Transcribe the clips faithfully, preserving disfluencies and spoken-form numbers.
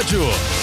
Pódio.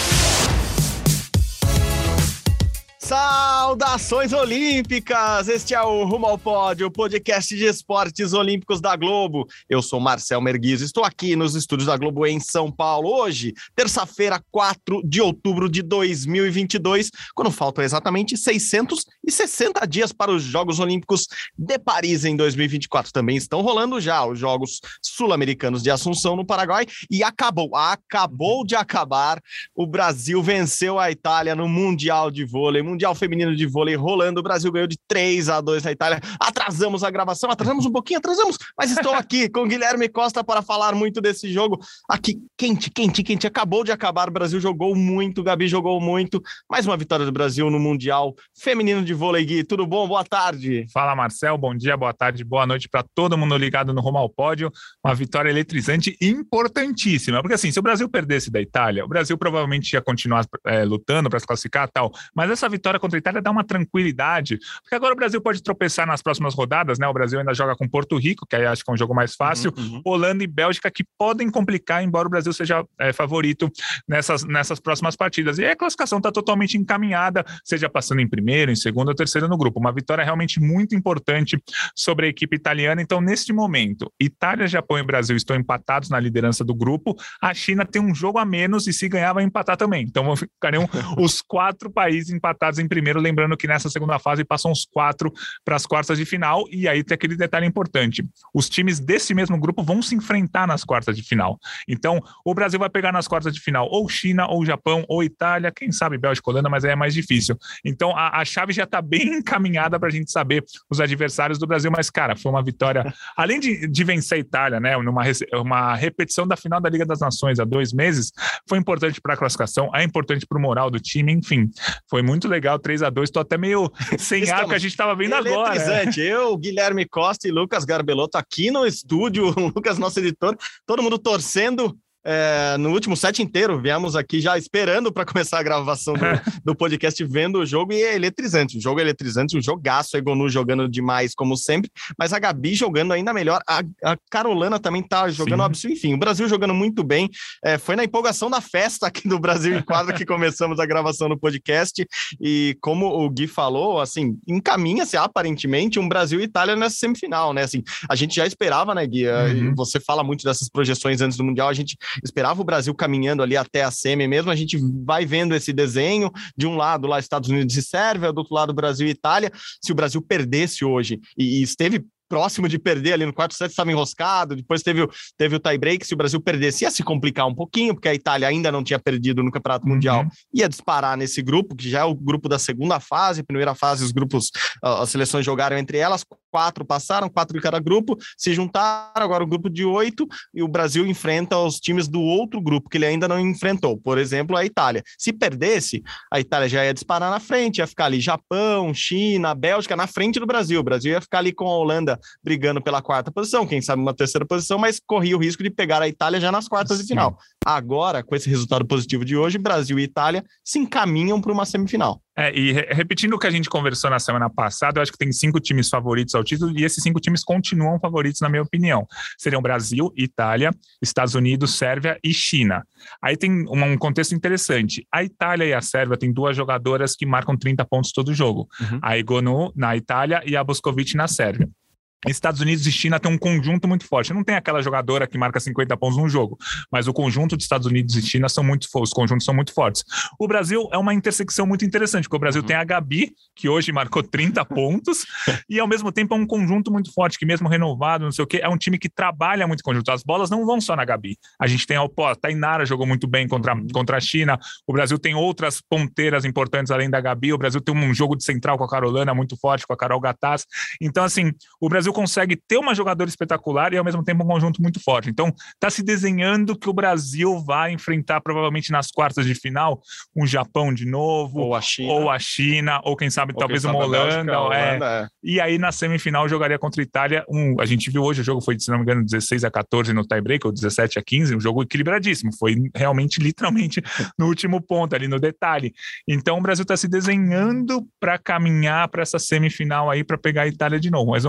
Saudações olímpicas! Este é o Rumo ao Pódio, o podcast de esportes olímpicos da Globo. Eu sou Marcel Merguiz, estou aqui nos estúdios da Globo em São Paulo. Hoje, terça-feira, quatro de outubro de dois mil e vinte e dois, quando faltam exatamente seiscentos e sessenta dias para os Jogos Olímpicos de Paris em dois mil e vinte e quatro. Também estão rolando já os Jogos Sul-Americanos de Assunção no Paraguai e acabou, acabou de acabar. O Brasil venceu a Itália no Mundial de Vôlei, Mundial Feminino de Vôlei rolando. O Brasil ganhou de três a dois na Itália. Atrasamos a gravação, atrasamos um pouquinho, atrasamos, mas estou aqui com Guilherme Costa para falar muito desse jogo. Aqui, quente, quente, quente. Acabou de acabar, o Brasil jogou muito, Gabi jogou muito. Mais uma vitória do Brasil no Mundial Feminino de Vôlei. Gui, tudo bom? Boa tarde. Fala, Marcel. Bom dia, boa tarde, boa noite para todo mundo ligado no Rumo ao Pódio. Uma vitória eletrizante e importantíssima. Porque assim, se o Brasil perdesse da Itália, o Brasil provavelmente ia continuar é, lutando para se classificar e tal. Mas essa vitória contra a Itália dá uma tranquilidade, porque agora o Brasil pode tropeçar nas próximas rodadas, né? O Brasil ainda joga com Porto Rico, que aí acho que é um jogo mais fácil, uhum, uhum. Holanda e Bélgica, que podem complicar, embora o Brasil seja é, favorito nessas, nessas próximas partidas. E aí a classificação está totalmente encaminhada, seja passando em primeiro, em segundo ou terceiro no grupo. Uma vitória realmente muito importante sobre a equipe italiana. Então, neste momento, Itália, Japão e Brasil estão empatados na liderança do grupo. A China tem um jogo a menos e se ganhar vai empatar também. Então, ficariam os quatro países empatados em primeiro, lembrando que nessa segunda fase passam os quatro para as quartas de final, e aí tem aquele detalhe importante, os times desse mesmo grupo vão se enfrentar nas quartas de final, então o Brasil vai pegar nas quartas de final ou China, ou Japão, ou Itália, quem sabe Bélgica, Holanda, mas aí é mais difícil, então a, a chave já está bem encaminhada para a gente saber os adversários do Brasil, mas cara, foi uma vitória, além de, de vencer a Itália, né, numa uma repetição da final da Liga das Nações há dois meses, foi importante para a classificação, é importante para o moral do time, enfim, foi muito legal, três a dois, estou até meio sem ar que a gente estava vendo agora. Eletrizante, é. Eu, Guilherme Costa e Lucas Garbelotto aqui no estúdio, o Lucas, nosso editor, todo mundo torcendo. É, no último set inteiro, viemos aqui já esperando para começar a gravação do, do podcast, vendo o jogo, e é eletrizante, o jogo é eletrizante, um jogaço, a Egonu jogando demais, como sempre, mas a Gabi jogando ainda melhor, a, a Carolina também tá jogando absurdo, enfim, o Brasil jogando muito bem, é, foi na empolgação da festa aqui do Brasil em Quadra que começamos a gravação do podcast, e como o Gui falou, assim, encaminha-se aparentemente um Brasil e Itália nessa semifinal, né, assim, a gente já esperava, né, Gui, uhum. Você fala muito dessas projeções antes do Mundial, a gente esperava o Brasil caminhando ali até a semi mesmo, a gente vai vendo esse desenho, de um lado lá Estados Unidos e Sérvia, do outro lado Brasil e Itália. Se o Brasil perdesse hoje e, e esteve próximo de perder ali no quarto set, estava enroscado, depois teve o, teve o tie-break, se o Brasil perdesse ia se complicar um pouquinho, porque a Itália ainda não tinha perdido no Campeonato uhum. Mundial, ia disparar nesse grupo, que já é o grupo da segunda fase, primeira fase os grupos, uh, as seleções jogaram entre elas, quatro passaram, quatro de cada grupo, se juntaram, agora o grupo de oito, e o Brasil enfrenta os times do outro grupo, que ele ainda não enfrentou, por exemplo, a Itália. Se perdesse, a Itália já ia disparar na frente, ia ficar ali Japão, China, Bélgica, na frente do Brasil, o Brasil ia ficar ali com a Holanda brigando pela quarta posição, quem sabe uma terceira posição, mas corria o risco de pegar a Itália já nas quartas de final. Agora, com esse resultado positivo de hoje, Brasil e Itália se encaminham para uma semifinal. É, e re- repetindo o que a gente conversou na semana passada, eu acho que tem cinco times favoritos ao título, e esses cinco times continuam favoritos, na minha opinião. Seriam Brasil, Itália, Estados Unidos, Sérvia e China. Aí tem um, um contexto interessante. A Itália e a Sérvia têm duas jogadoras que marcam trinta pontos todo jogo. Uhum. A Egonu na Itália e a Boskovic na Sérvia. Estados Unidos e China tem um conjunto muito forte. Não tem aquela jogadora que marca cinquenta pontos num jogo, mas o conjunto de Estados Unidos e China são muito os conjuntos são muito fortes. O Brasil é uma intersecção muito interessante, porque o Brasil uhum. tem a Gabi, que hoje marcou trinta pontos, e ao mesmo tempo é um conjunto muito forte, que mesmo renovado, não sei o quê, é um time que trabalha muito em conjunto. As bolas não vão só na Gabi. A gente tem a, pô, a Tainara jogou muito bem contra, uhum. contra a China. O Brasil tem outras ponteiras importantes além da Gabi. O Brasil tem um jogo de central com a Carolina muito forte, com a Carol Gataz. Então, assim, o Brasil consegue ter uma jogadora espetacular e ao mesmo tempo um conjunto muito forte. Então está se desenhando que o Brasil vai enfrentar provavelmente nas quartas de final um Japão de novo, ou a China, ou, a China, ou quem sabe ou talvez quem sabe uma Holanda, Bélgica, é. Holanda é. E aí na semifinal jogaria contra a Itália. Um, a gente viu hoje, o jogo foi, se não me engano, dezesseis a quatorze no tie-break, ou dezessete a quinze, um jogo equilibradíssimo, foi realmente literalmente no último ponto, ali no detalhe. Então o Brasil está se desenhando para caminhar para essa semifinal aí, para pegar a Itália de novo, mas vamos ver que tem,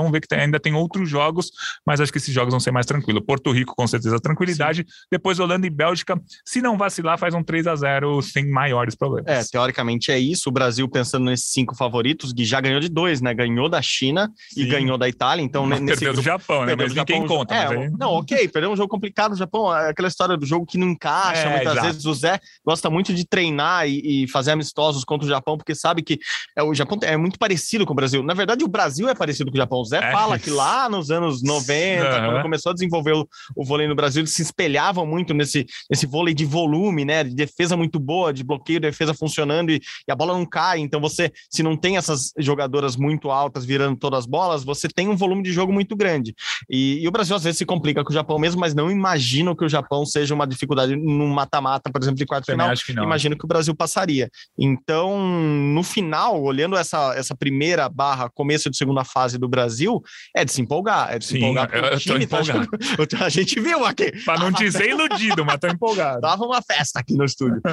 ainda tem outros jogos, mas acho que esses jogos vão ser mais tranquilos. Porto Rico, com certeza, tranquilidade. Sim. Depois Holanda e Bélgica, se não vacilar, faz um três a zero sem maiores problemas. É, teoricamente é isso. O Brasil, pensando nesses cinco favoritos, Gui já ganhou de dois, né? Ganhou da China Sim. e ganhou da Itália. Então, mas nesse perdeu do Japão, né? Mas ninguém conta. É, mas aí... Não, ok, perdeu um jogo complicado no Japão. É aquela história do jogo que não encaixa. É, muitas exato. vezes o Zé gosta muito de treinar e, e fazer amistosos contra o Japão, porque sabe que é, o Japão é muito parecido com o Brasil. Na verdade, o Brasil é parecido com o Japão. O Zé é fala isso. que lá nos anos noventa, uhum. quando começou a desenvolver o, o vôlei no Brasil, eles se espelhavam muito nesse, nesse vôlei de volume, né? De defesa muito boa, de bloqueio, defesa funcionando e, e a bola não cai. Então você, se não tem essas jogadoras muito altas virando todas as bolas, você tem um volume de jogo muito grande. E, e o Brasil às vezes se complica com o Japão mesmo, mas não imagino que o Japão seja uma dificuldade no mata-mata, por exemplo, de quarto final. Acho que não. Imagino que o Brasil passaria. Então, no final, olhando essa, essa primeira barra, começo de segunda fase do Brasil, é de se empolgar. É de se Sim, empolgar. Eu, eu time, tô empolgado. Tá, a gente viu aqui. Para não dizer iludido, mas tô empolgado. Tava uma festa aqui no estúdio.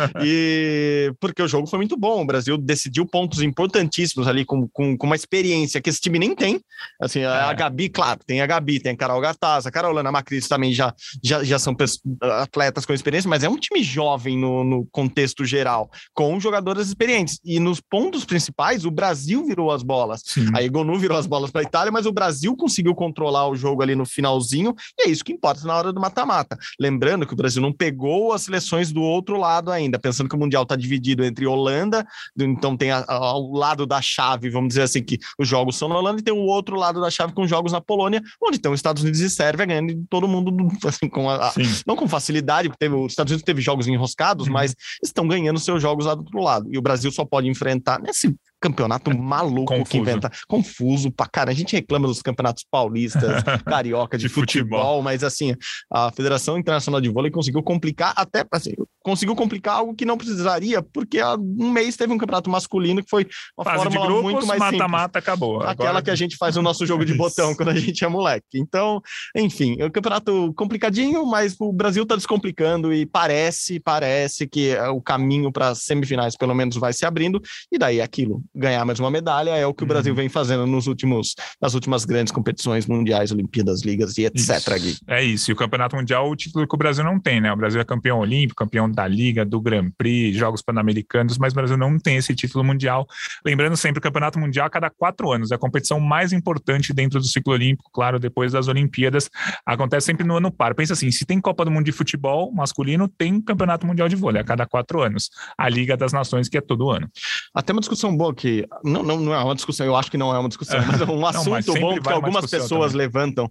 E porque o jogo foi muito bom. O Brasil decidiu pontos importantíssimos ali com, com, com uma experiência que esse time nem tem. Assim, é. a Gabi, claro, tem a Gabi, tem a Carol Gataz, a Carolina Macris também já, já, já são atletas com experiência, mas é um time jovem no, no contexto geral, com jogadoras experientes. E nos pontos principais, o Brasil virou as bolas. Sim. A Egonu virou as bolas para a Itália, mas o Brasil conseguiu controlar o jogo ali no finalzinho, e é isso que importa na hora do mata-mata. Lembrando que o Brasil não pegou as seleções do outro lado ainda, pensando que o Mundial está dividido entre Holanda, então tem a, a, ao lado da chave, vamos dizer assim, que os jogos são na Holanda, e tem o outro lado da chave com jogos na Polônia, onde estão os Estados Unidos e Sérvia ganhando de todo mundo, assim, com a, a, não com facilidade, porque teve, os Estados Unidos teve jogos enroscados, uhum. mas estão ganhando seus jogos lá do outro lado. E o Brasil só pode enfrentar nesse campeonato maluco Confuso. que inventa. Confuso pra cara. A gente reclama dos campeonatos paulistas, carioca, de, de futebol, futebol, mas assim, a Federação Internacional de Vôlei conseguiu complicar até, assim, conseguiu complicar algo que não precisaria, porque há um mês teve um campeonato masculino que foi uma Fase fórmula de grupos, muito mais mata, simples. Mata, acabou. Aquela Agora... que a gente faz o nosso jogo de botão quando a gente é moleque. Então, enfim, é um campeonato complicadinho, mas o Brasil tá descomplicando e parece, parece que o caminho para as semifinais pelo menos vai se abrindo, e daí é aquilo, ganhar mais uma medalha é o que o Brasil vem fazendo nos últimos, nas últimas grandes competições mundiais, Olimpíadas, ligas e etcétera. Isso. É isso, e o Campeonato Mundial é o título que o Brasil não tem, né? O Brasil é campeão olímpico, campeão da Liga, do Grand Prix, Jogos Pan-Americanos, mas o Brasil não tem esse título mundial. Lembrando sempre, o Campeonato Mundial a cada quatro anos, é a competição mais importante dentro do ciclo olímpico, claro, depois das Olimpíadas, acontece sempre no ano par. Pensa assim, se tem Copa do Mundo de futebol masculino, tem Campeonato Mundial de vôlei a cada quatro anos. A Liga das Nações, que é todo ano. Até uma discussão boa que, não, não, não é uma discussão, eu acho que não é uma discussão, mas é um assunto não, bom que algumas pessoas também. levantam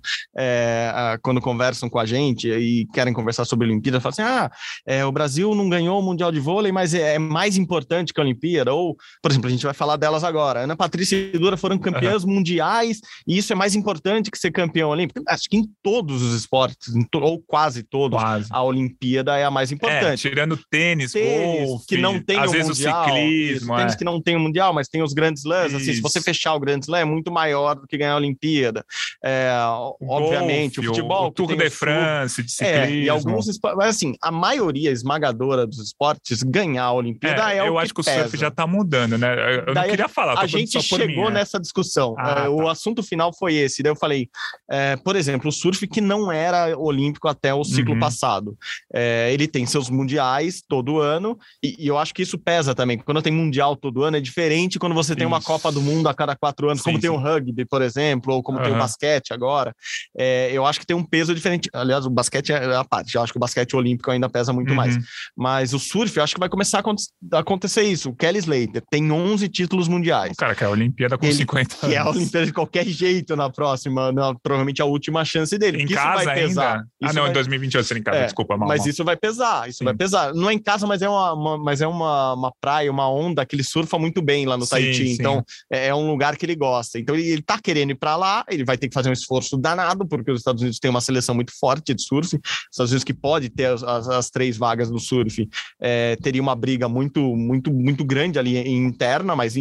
é, quando conversam com a gente e querem conversar sobre a Olimpíada, falam assim, ah, é, o Brasil não ganhou o Mundial de Vôlei, mas é, é mais importante que a Olimpíada, ou, por exemplo, a gente vai falar delas agora, Ana Patrícia e Dura foram campeãs uhum. mundiais, e isso é mais importante que ser campeão olímpico. Acho que em todos os esportes, to, ou quase todos, quase. a Olimpíada é a mais importante. É, tirando tênis, tênis golfe, que não tem às o vezes mundial, o ciclismo. Tênis é. que não tem o mundial, mas tem os grandes lãs, assim, se você fechar o Grand Slam é muito maior do que ganhar a Olimpíada. É, o obviamente, golfe, o futebol... O Tour de France, de ciclismo. É, e alguns... Mas assim, a maioria esmagadora dos esportes ganhar a Olimpíada é, é o que Eu acho que pesa. o surf já tá mudando, né? Eu daí não queria falar. A gente chegou mim, nessa discussão. Ah, é, o tá. assunto final foi esse. Daí eu falei, é, por exemplo, o surf que não era olímpico até o ciclo uhum. passado. É, ele tem seus mundiais todo ano e, e eu acho que isso pesa também. Quando tem mundial todo ano é diferente quando você tem isso. uma Copa do Mundo a cada quatro anos, sim, como sim. tem o rugby, por exemplo, ou como uhum. tem o basquete agora. É, eu acho que tem um peso diferente. Aliás, o basquete é a parte. Eu acho que o basquete olímpico ainda pesa muito uhum. mais. Mas o surf, eu acho que vai começar a acontecer isso. O Kelly Slater tem onze títulos mundiais. O cara quer a Olimpíada com ele, cinquenta anos. Que é a Olimpíada de qualquer jeito na próxima, na, provavelmente a última chance dele. Em casa isso vai pesar. Ainda? Ah, não, vai... em dois mil e vinte e oito em casa, é, desculpa. Mal, mas mal. isso vai pesar, isso sim. vai pesar. Não é em casa, mas é uma, uma, mas é uma, uma praia, uma onda que ele surfa muito bem lá no sim, Tahiti. Sim. Então, é, é um lugar que ele gosta. Então, ele, ele tá querendo ir para lá, ele vai ter que fazer um esforço danado, porque os Estados Unidos têm uma seleção muito forte de surf. Os Estados Unidos que pode ter as, as, as três vagas no surf, é, teria uma briga muito, muito, muito grande ali interna, mas enfim,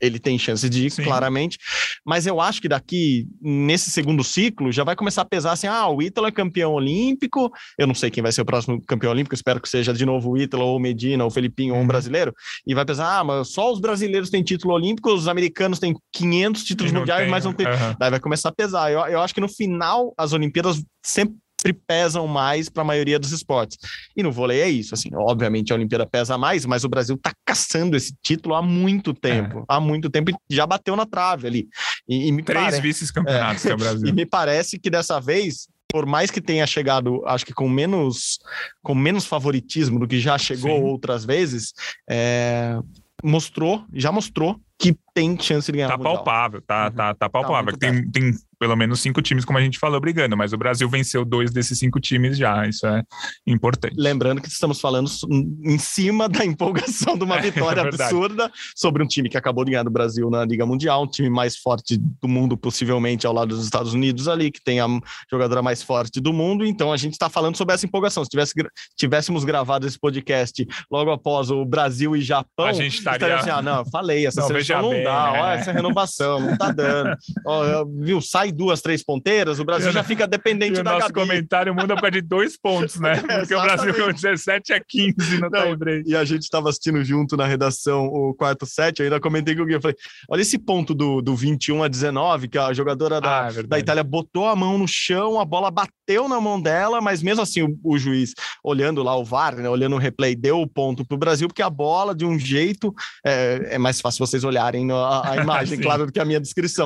ele tem chance de ir, Sim. claramente, mas eu acho que daqui, nesse segundo ciclo, já vai começar a pesar assim, ah, o Ítalo é campeão olímpico, eu não sei quem vai ser o próximo campeão olímpico, espero que seja de novo o Ítalo, ou o Medina, ou o Felipinho, uhum. ou um brasileiro, e vai pesar, ah, mas só os brasileiros têm título olímpico, os americanos têm quinhentos títulos mundiais, tem, mas não tem... Uhum. Daí vai começar a pesar. Eu, eu acho que no final, as Olimpíadas sempre pesam mais para a maioria dos esportes. E no vôlei é isso, assim, obviamente a Olimpíada pesa mais, mas o Brasil tá caçando esse título há muito tempo, é. há muito tempo, e já bateu na trave ali. E, e me Três pare... vice-campeonatos é. que é o Brasil. E me parece que dessa vez, por mais que tenha chegado, acho que com menos, com menos favoritismo do que já chegou Sim. outras vezes, é... mostrou, já mostrou que tem chance de ganhar tá o Mundial. Palpável, tá, uhum. tá, tá palpável. Tá tem, tem pelo menos cinco times, como a gente falou, brigando, mas o Brasil venceu dois desses cinco times já, isso é importante. Lembrando que estamos falando em cima da empolgação de uma é, vitória é absurda sobre um time que acabou de ganhar do Brasil na Liga Mundial, um time mais forte do mundo, possivelmente ao lado dos Estados Unidos ali, que tem a jogadora mais forte do mundo, então a gente está falando sobre essa empolgação. Se tivesse, tivéssemos gravado esse podcast logo após o Brasil e Japão, a gente estaria assim, ah, não, eu falei, essa não, seleção não bem, dá, é. ó, essa renovação não tá dando, ó, viu, sai duas, três ponteiras, o Brasil já fica dependente e da o nosso Gabi. Comentário muda para de dois pontos, né? Porque é, o Brasil com dezessete a quinze no tie-break. E a gente estava assistindo junto na redação o quarto set, eu ainda comentei com o Gui, eu falei, olha esse ponto do, do vinte e um a dezenove, que a jogadora da, ah, é da Itália botou a mão no chão, a bola bateu na mão dela, mas mesmo assim o, o juiz, olhando lá o V A R, né, olhando o replay, deu o ponto pro Brasil, porque a bola, de um jeito, é, é mais fácil vocês olharem a, a imagem, claro, do que a minha descrição,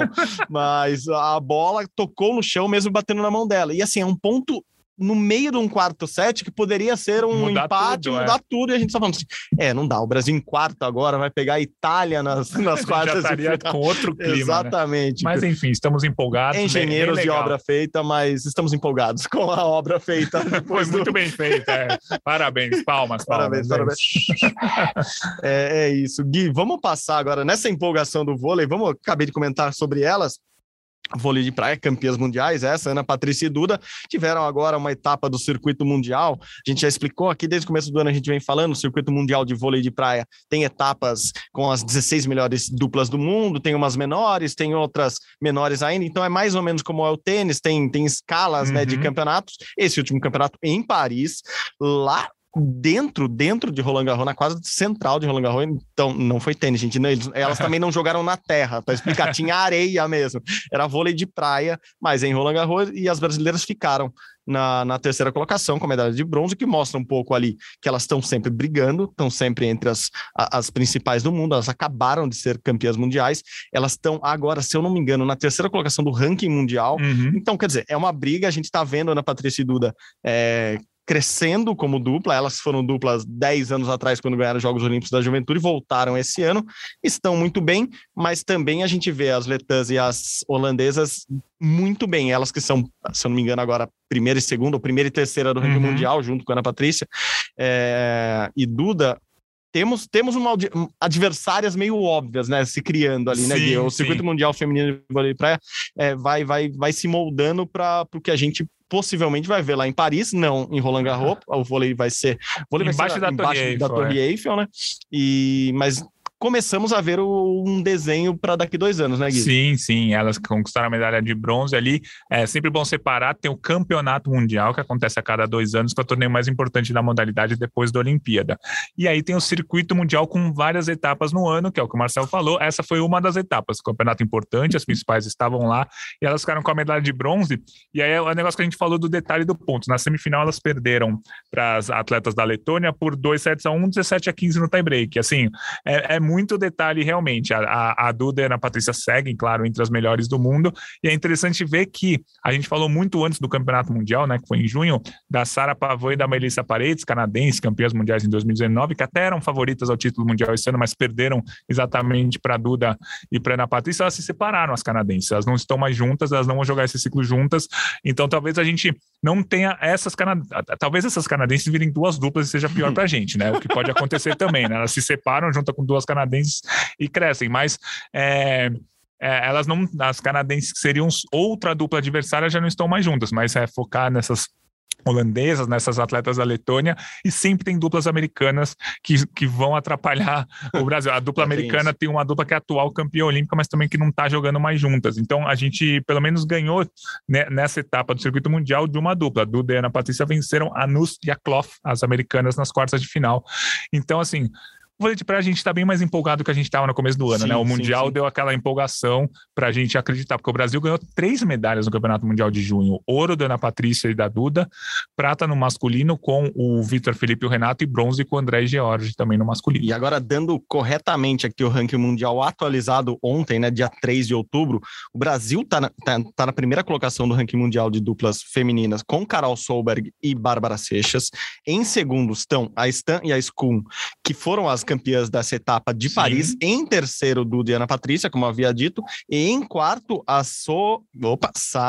mas a bola tocou no chão mesmo batendo na mão dela. E assim, é um ponto no meio de um quarto set que poderia ser um mudar empate, tudo, mudar é. tudo, e a gente tá falando assim, é, não dá, o Brasil em quarto agora vai pegar a Itália nas, nas quartas. Já estaria com outro clima, exatamente. Né? Mas enfim, estamos empolgados. Engenheiros de obra feita, mas estamos empolgados com a obra feita. Foi muito do... bem feita, é. Parabéns, palmas, palmas. Parabéns, parabéns. é, é isso. Gui, vamos passar agora nessa empolgação do vôlei, vamos, acabei de comentar sobre elas, vôlei de praia, campeãs mundiais, essa, Ana Patrícia e Duda, tiveram agora uma etapa do circuito mundial, a gente já explicou aqui, desde o começo do ano a gente vem falando, o circuito mundial de vôlei de praia tem etapas com as dezesseis melhores duplas do mundo, tem umas menores, tem outras menores ainda, então é mais ou menos como é o tênis, tem, tem escalas, uhum. né, de campeonatos, esse último campeonato em Paris, lá dentro, dentro de Roland Garros, na quadra central de Roland Garros, então não foi tênis, gente, não, eles, elas também não jogaram na terra, para explicar, tinha areia mesmo, era vôlei de praia, mas em Roland Garros, e as brasileiras ficaram na, na terceira colocação com a medalha de bronze, que mostra um pouco ali que elas estão sempre brigando, estão sempre entre as, as principais do mundo, elas acabaram de ser campeãs mundiais, elas estão agora, se eu não me engano, na terceira colocação do ranking mundial, uhum. então quer dizer, é uma briga, a gente está vendo Ana Patrícia e Duda é, crescendo como dupla, elas foram duplas dez anos atrás quando ganharam os Jogos Olímpicos da Juventude, voltaram esse ano, estão muito bem, mas também a gente vê as letãs e as holandesas muito bem, elas que são, se eu não me engano agora, primeira e segunda, ou primeira e terceira do ranking uhum. mundial, junto com a Ana Patrícia é, e Duda, temos, temos uma adversárias meio óbvias, né, se criando ali, sim, né, Gui? O circuito sim. mundial feminino de vôlei de praia é, vai, vai, vai se moldando para o que a gente possivelmente vai ver lá em Paris, não em Roland Garros, o vôlei vai ser, o vôlei embaixo, vai ser da, embaixo Torre da Torre é. Eiffel, né, e, mas começamos a ver o, um desenho para daqui dois anos, né, Gui? Sim, sim, elas conquistaram a medalha de bronze ali, é sempre bom separar, tem o campeonato mundial que acontece a cada dois anos, que é o torneio mais importante da modalidade depois da Olimpíada, e aí tem o circuito mundial com várias etapas no ano, que é o que o Marcelo falou, essa foi uma das etapas, campeonato importante, as principais estavam lá, e elas ficaram com a medalha de bronze, e aí é o negócio que a gente falou do detalhe do ponto, na semifinal elas perderam para as atletas da Letônia por dois sets a um, dezessete a quinze no tie-break, assim, é, é muito detalhe realmente, a, a, a Duda e a Ana Patrícia seguem, claro, entre as melhores do mundo, e é interessante ver que a gente falou muito antes do Campeonato Mundial, né, que foi em junho, da Sarah Pavão e da Melissa Paredes, canadenses, campeãs mundiais em dois mil e dezenove, que até eram favoritas ao título mundial esse ano, mas perderam exatamente para a Duda e para a Ana Patrícia, elas se separaram, as canadenses, elas não estão mais juntas, elas não vão jogar esse ciclo juntas, então talvez a gente não tenha essas canadenses, talvez essas canadenses virem duas duplas e seja pior pra gente, né, o que pode acontecer também, né, elas se separam, juntam com duas canadenses e crescem, mas é, é, elas não, as canadenses que seriam outra dupla adversária já não estão mais juntas, mas é focar nessas holandesas, nessas atletas da Letônia, e sempre tem duplas americanas que, que vão atrapalhar o Brasil. A dupla é, americana tem, tem uma dupla que é atual campeã olímpica, mas também que não está jogando mais juntas. Então a gente pelo menos ganhou, né, nessa etapa do circuito mundial de uma dupla. A Duda e a Ana Patrícia venceram a Nuss e a Clough, as americanas, nas quartas de final. Então, assim, o vôlei de praia a gente está bem mais empolgado do que a gente estava no começo do ano, sim, né? O Mundial sim, sim. deu aquela empolgação para a gente acreditar, porque o Brasil ganhou três medalhas no Campeonato Mundial de junho. Ouro da Ana Patrícia e da Duda, prata no masculino com o Vitor Felipe e o Renato, e bronze com o André e George também no masculino. E agora, dando corretamente aqui o ranking mundial atualizado ontem, né, dia três de outubro, o Brasil está na, tá, tá na primeira colocação do ranking mundial de duplas femininas com Carol Solberg e Bárbara Seixas. Em segundo estão a Stan e a Skun, que foram as campeãs dessa etapa de Sim. Paris. Em terceiro, Duda e Ana Patrícia, como havia dito, e em quarto, a So... Opa,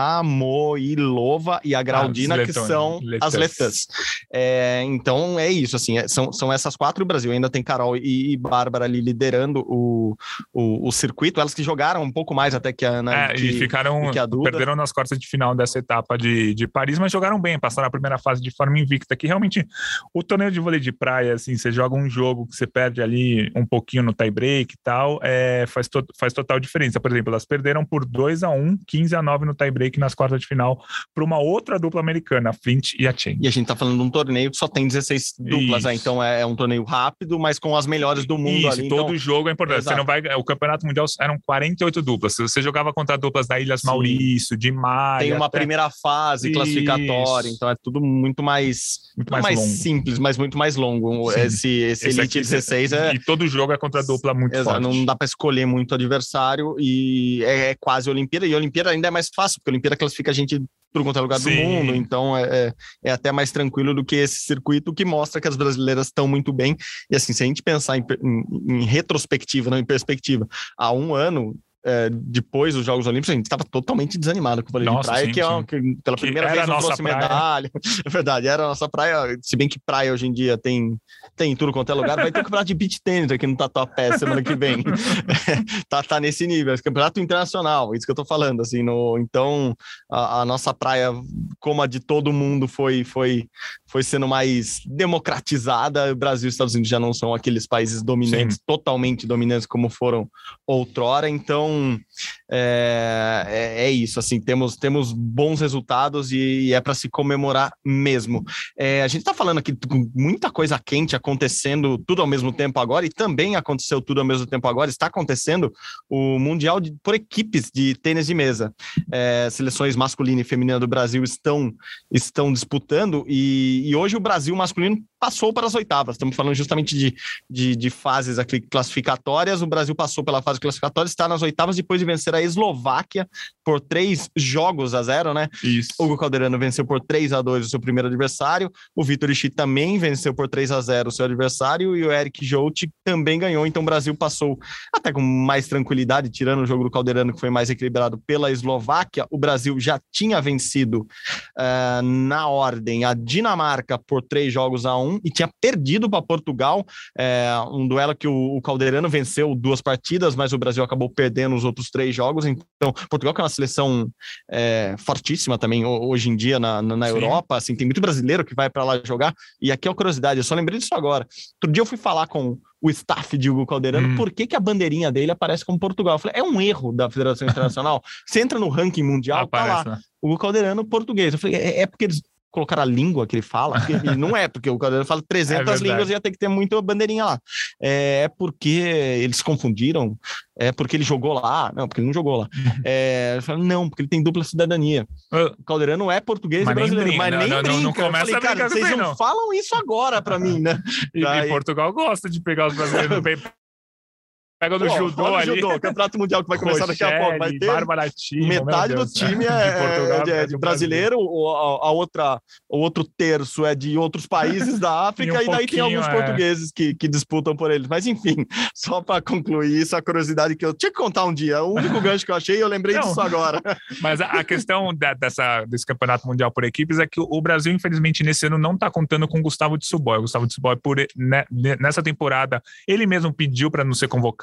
Samoilova e a Graudina, ah, que são letãs. As letãs. É, então é isso, assim, é, são, são essas quatro. O Brasil ainda tem Carol e, e Bárbara ali liderando o, o, o circuito, elas que jogaram um pouco mais até que a Ana é, que, e ficaram, que a Duda. Perderam nas quartas de final dessa etapa de, de Paris, mas jogaram bem, passaram a primeira fase de forma invicta, que realmente o torneio de vôlei de praia, assim, você joga um jogo que você perde ali um pouquinho no tie-break e tal, é, faz, to, faz total diferença. Por exemplo, elas perderam por dois a um, quinze a nove no tie-break nas quartas de final para uma outra dupla americana, a Flint e a Chen. E a gente tá falando de um torneio que só tem dezesseis duplas, né? Então é, é um torneio rápido, mas com as melhores do mundo. Isso, ali. Todo então... jogo é importante. Você não vai, o Campeonato Mundial eram quarenta e oito duplas. Você jogava contra duplas da Ilhas Sim. Maurício, de Maia. Tem uma até... primeira fase Isso. classificatória, então é tudo muito mais, muito mais, mais simples, mas muito mais longo. Sim. Esse, esse, esse Elite dezesseis é... E todo jogo é contra a dupla muito Exato, forte. Não dá para escolher muito adversário e é, é quase Olimpíada. E a Olimpíada ainda é mais fácil, porque a Olimpíada classifica a gente tudo quanto é lugar Sim. do mundo, então é, é, é até mais tranquilo do que esse circuito, que mostra que as brasileiras estão muito bem. E assim, se a gente pensar em, em, em retrospectiva, não em perspectiva, há um ano... É, depois dos Jogos Olímpicos, a gente estava totalmente desanimado com o vôlei de praia, sim, que, é, que pela primeira que vez não trouxe praia. medalha. É verdade, era a nossa praia, se bem que praia hoje em dia tem, tem tudo quanto é lugar, vai ter o campeonato de beach tênis aqui no Tatuapé semana que vem. tá, tá nesse nível, esse campeonato internacional, isso que eu tô falando, assim, no, então a, a nossa praia, como a de todo mundo, foi, foi, foi sendo mais democratizada. O Brasil e os Estados Unidos já não são aqueles países dominantes, sim. totalmente dominantes como foram outrora, então É, é, é isso, assim, temos, temos bons resultados e, e é para se comemorar mesmo. É, a gente está falando aqui com muita coisa quente acontecendo tudo ao mesmo tempo agora, e também aconteceu tudo ao mesmo tempo agora, está acontecendo o Mundial de, por equipes de tênis de mesa. É, seleções masculina e feminina do Brasil estão, estão disputando, e, e hoje o Brasil masculino passou para as oitavas. Estamos falando justamente de, de, de fases aqui classificatórias. O Brasil passou pela fase classificatória, está nas oitavas depois de vencer a Eslováquia por três jogos a zero, né? Isso. Hugo Calderano venceu por três a dois o seu primeiro adversário, o Vitor Ishii também venceu por três a zero o seu adversário, e o Eric Jout também ganhou. Então o Brasil passou até com mais tranquilidade, tirando o jogo do Calderano, que foi mais equilibrado, pela Eslováquia. O Brasil já tinha vencido uh, na ordem a Dinamarca por três jogos a um e tinha perdido para Portugal, é, um duelo que o, o Calderano venceu duas partidas, mas o Brasil acabou perdendo os outros três jogos. Então Portugal, que é uma seleção é, fortíssima também hoje em dia na, na, na Europa, assim, tem muito brasileiro que vai para lá jogar. E aqui é uma curiosidade, eu só lembrei disso agora. Outro dia eu fui falar com o staff de Hugo Calderano, hum. por que, que a bandeirinha dele aparece como Portugal? Eu falei, é um erro da Federação Internacional. Você entra no ranking mundial, aparece, tá lá, né? Hugo Calderano português. Eu falei, é, é porque eles colocar a língua que ele fala, e não é, porque o Calderano fala trezentas é línguas e ia ter que ter muita bandeirinha lá. É porque eles confundiram, é porque ele jogou lá, não, porque ele não jogou lá. É, falo, não, porque ele tem dupla cidadania. O Calderano é português mas e brasileiro, brinca, mas não, nem não, brinca. Não, não começa falei, a cara, vocês não, não falam isso agora pra mim, né? E, Daí... e Portugal gosta de pegar os brasileiros bem. Pega no Pô, judô ali. Judô, campeonato mundial que vai começar Rochelle, daqui a pouco. Vai ter Timo, metade do time é, de, Portugal, é, é de brasileiro, a, a outra, o outro terço é de outros países da África, e, um e daí tem alguns é. portugueses que, que disputam por eles. Mas enfim, só para concluir isso, a curiosidade que eu tinha que contar um dia, o único gancho que eu achei, eu lembrei Não, disso agora. Mas a, a questão da, dessa, desse campeonato mundial por equipes é que o, o Brasil, infelizmente, nesse ano não está contando com o Gustavo Tsuboi. O Gustavo Tsuboi, por, né, nessa temporada, ele mesmo pediu para não ser convocado.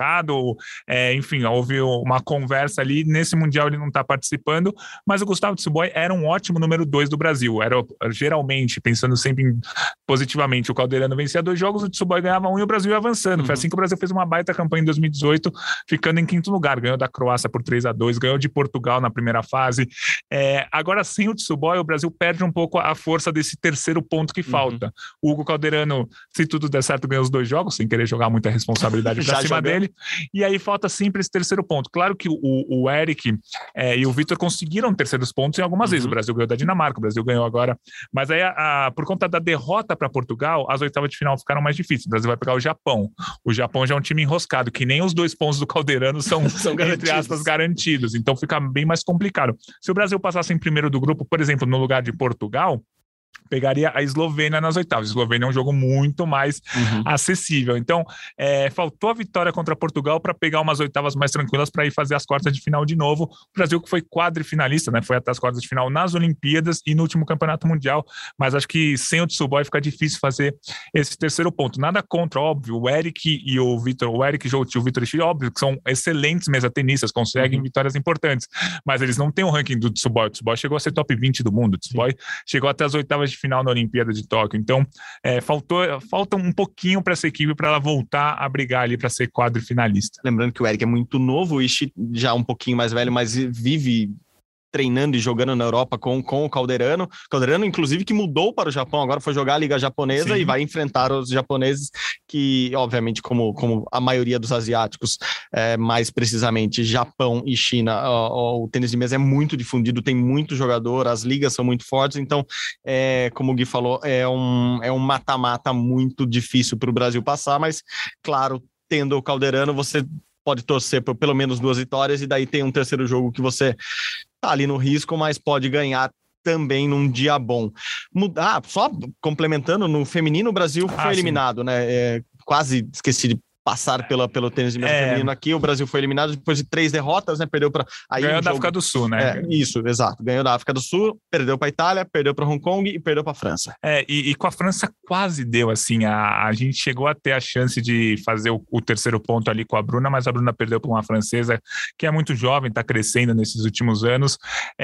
convocado, é, enfim, houve uma conversa ali, nesse Mundial ele não está participando, mas o Gustavo Tsuboi era um ótimo número dois do Brasil, era geralmente, pensando sempre em, positivamente, o Calderano vencia dois jogos, o Tsuboi ganhava um e o Brasil ia avançando, uhum. Foi assim que o Brasil fez uma baita campanha em dois mil e dezoito, ficando em quinto lugar, ganhou da Croácia por três a dois, ganhou de Portugal na primeira fase, é, agora sem o Tsuboi, o Brasil perde um pouco a força desse terceiro ponto que falta. Uhum. O Hugo Calderano, se tudo der certo, ganhou os dois jogos, sem querer jogar muita responsabilidade pra cima dele, e aí falta sempre esse terceiro ponto. Claro que o, o Eric é, e o Vitor conseguiram terceiros pontos em algumas uhum. vezes, o Brasil ganhou da Dinamarca, o Brasil ganhou agora, mas aí a, a, por conta da derrota para Portugal, as oitavas de final ficaram mais difíceis, o Brasil vai pegar o Japão, o Japão já é um time enroscado, que nem os dois pontos do Calderano são, são entre aspas, garantidos, então fica bem mais complicado. Se o Brasil passasse em primeiro do grupo, por exemplo, no lugar de Portugal, pegaria a Eslovênia nas oitavas. A Eslovênia é um jogo muito mais uhum. acessível. Então, é, faltou a vitória contra Portugal para pegar umas oitavas mais tranquilas para ir fazer as quartas de final de novo. O Brasil que foi quadrifinalista, né? Foi até as quartas de final nas Olimpíadas e no último Campeonato Mundial, mas acho que sem o Tsuboi fica difícil fazer esse terceiro ponto. Nada contra, óbvio, o Eric e o Vitor, o Eric Jouti e o Vitor Ishii, óbvio, que são excelentes mesa-tenistas, conseguem uhum. vitórias importantes, mas eles não têm o ranking do Tsuboi. O Tsuboi chegou a ser top vinte do mundo, o Tsuboi Sim. chegou até as oitavas de final na Olimpíada de Tóquio, então é, faltou, falta um pouquinho para essa equipe para ela voltar a brigar ali para ser quadrifinalista. Lembrando que o Eric é muito novo, o Ishii já um pouquinho mais velho, mas vive treinando e jogando na Europa com, com o Calderano. Calderano, inclusive, que mudou para o Japão, agora foi jogar a Liga Japonesa Sim. e vai enfrentar os japoneses que, obviamente, como, como a maioria dos asiáticos, é, mais precisamente Japão e China, ó, ó, o tênis de mesa é muito difundido, tem muito jogador, as ligas são muito fortes, então, é, como o Gui falou, é um, é um mata-mata muito difícil para o Brasil passar, mas, claro, tendo o Calderano, você pode torcer por pelo menos duas vitórias e daí tem um terceiro jogo que você tá ali no risco, mas pode ganhar também num dia bom. Ah, só complementando, no feminino o Brasil ah, foi eliminado, sim. né? É, quase esqueci de passar pela, pelo tênis de mesa é. feminino aqui, o Brasil foi eliminado depois de três derrotas, né, perdeu para... Ganhou da jogo... África do Sul, né? É, isso, exato, ganhou da África do Sul, perdeu para a Itália, perdeu para Hong Kong e perdeu para a França. É, e, e com a França quase deu, assim, a, a gente chegou a ter a chance de fazer o, o terceiro ponto ali com a Bruna, mas a Bruna perdeu para uma francesa que é muito jovem, está crescendo nesses últimos anos,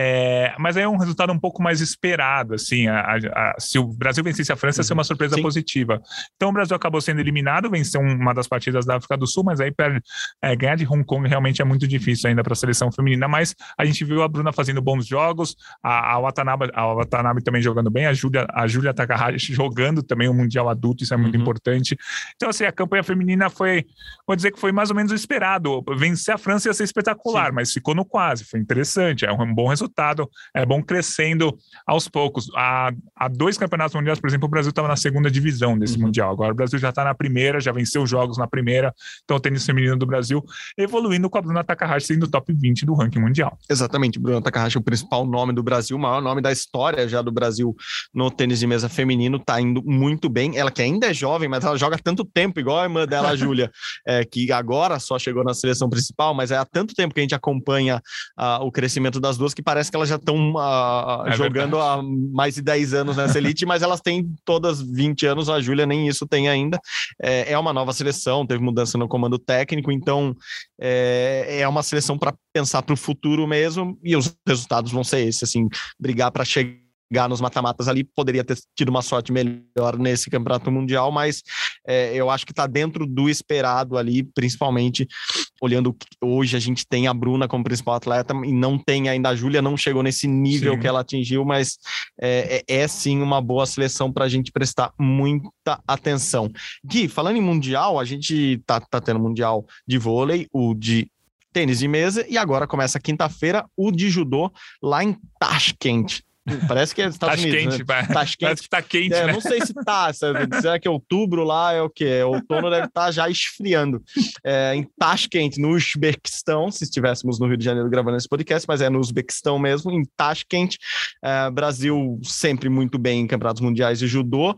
é, mas aí é um resultado um pouco mais esperado, assim, a, a, a, se o Brasil vencesse a França, ia ser uma surpresa Sim. positiva. Então o Brasil acabou sendo eliminado, venceu uma das partidas da África do Sul, mas aí perde, é, ganhar de Hong Kong realmente é muito difícil ainda para a seleção feminina, mas a gente viu a Bruna fazendo bons jogos, a, a, Watanabe, a Watanabe também jogando bem, a Júlia a Júlia Takahashi jogando também o Mundial Adulto, isso é muito uhum. importante. Então, assim, a campanha feminina foi, vou dizer que foi mais ou menos o esperado, vencer a França ia ser espetacular, Sim. mas ficou no quase, foi interessante, é um bom resultado, é bom crescendo aos poucos. Há, há dois campeonatos mundiais, por exemplo, o Brasil estava na segunda divisão desse uhum. Mundial, agora o Brasil já está na primeira, já venceu os jogos na primeira. Então o tênis feminino do Brasil evoluindo com a Bruna Takahashi sendo top vinte do ranking mundial. Exatamente, Bruna Takahashi é o principal nome do Brasil, o maior nome da história já do Brasil no tênis de mesa feminino, tá indo muito bem, ela que ainda é jovem, mas ela joga há tanto tempo, igual a irmã dela, a Júlia, é, que agora só chegou na seleção principal, mas é há tanto tempo que a gente acompanha uh, o crescimento das duas, que parece que elas já estão uh, é jogando verdade. há mais de dez anos nessa elite, mas elas têm todas vinte anos, a Júlia nem isso tem ainda, é, é uma nova seleção, teve mudança no comando técnico, então é, é uma seleção para pensar para o futuro mesmo, e os resultados vão ser esses, assim, brigar para chegar nos mata-matas ali, poderia ter tido uma sorte melhor nesse campeonato mundial, mas é, eu acho que está dentro do esperado ali, principalmente olhando que hoje a gente tem a Bruna como principal atleta e não tem ainda a Júlia, não chegou nesse nível sim. que ela atingiu, mas é, é, é sim uma boa seleção para a gente prestar muita atenção. Gui, falando em mundial, a gente tá, tá tendo mundial de vôlei, o de tênis de mesa, e agora começa quinta-feira o de judô lá em Tashkent. Parece que é Estados Unidos, quente, né? Tá Parece que tá quente, é, né? Não sei se tá, será que é outubro lá é o quê? É, outono deve estar tá já esfriando. É, em Tashkent, no Uzbequistão, se estivéssemos no Rio de Janeiro gravando esse podcast, mas é no Uzbequistão mesmo, em Tashkent. É, Brasil sempre muito bem em campeonatos mundiais de judô,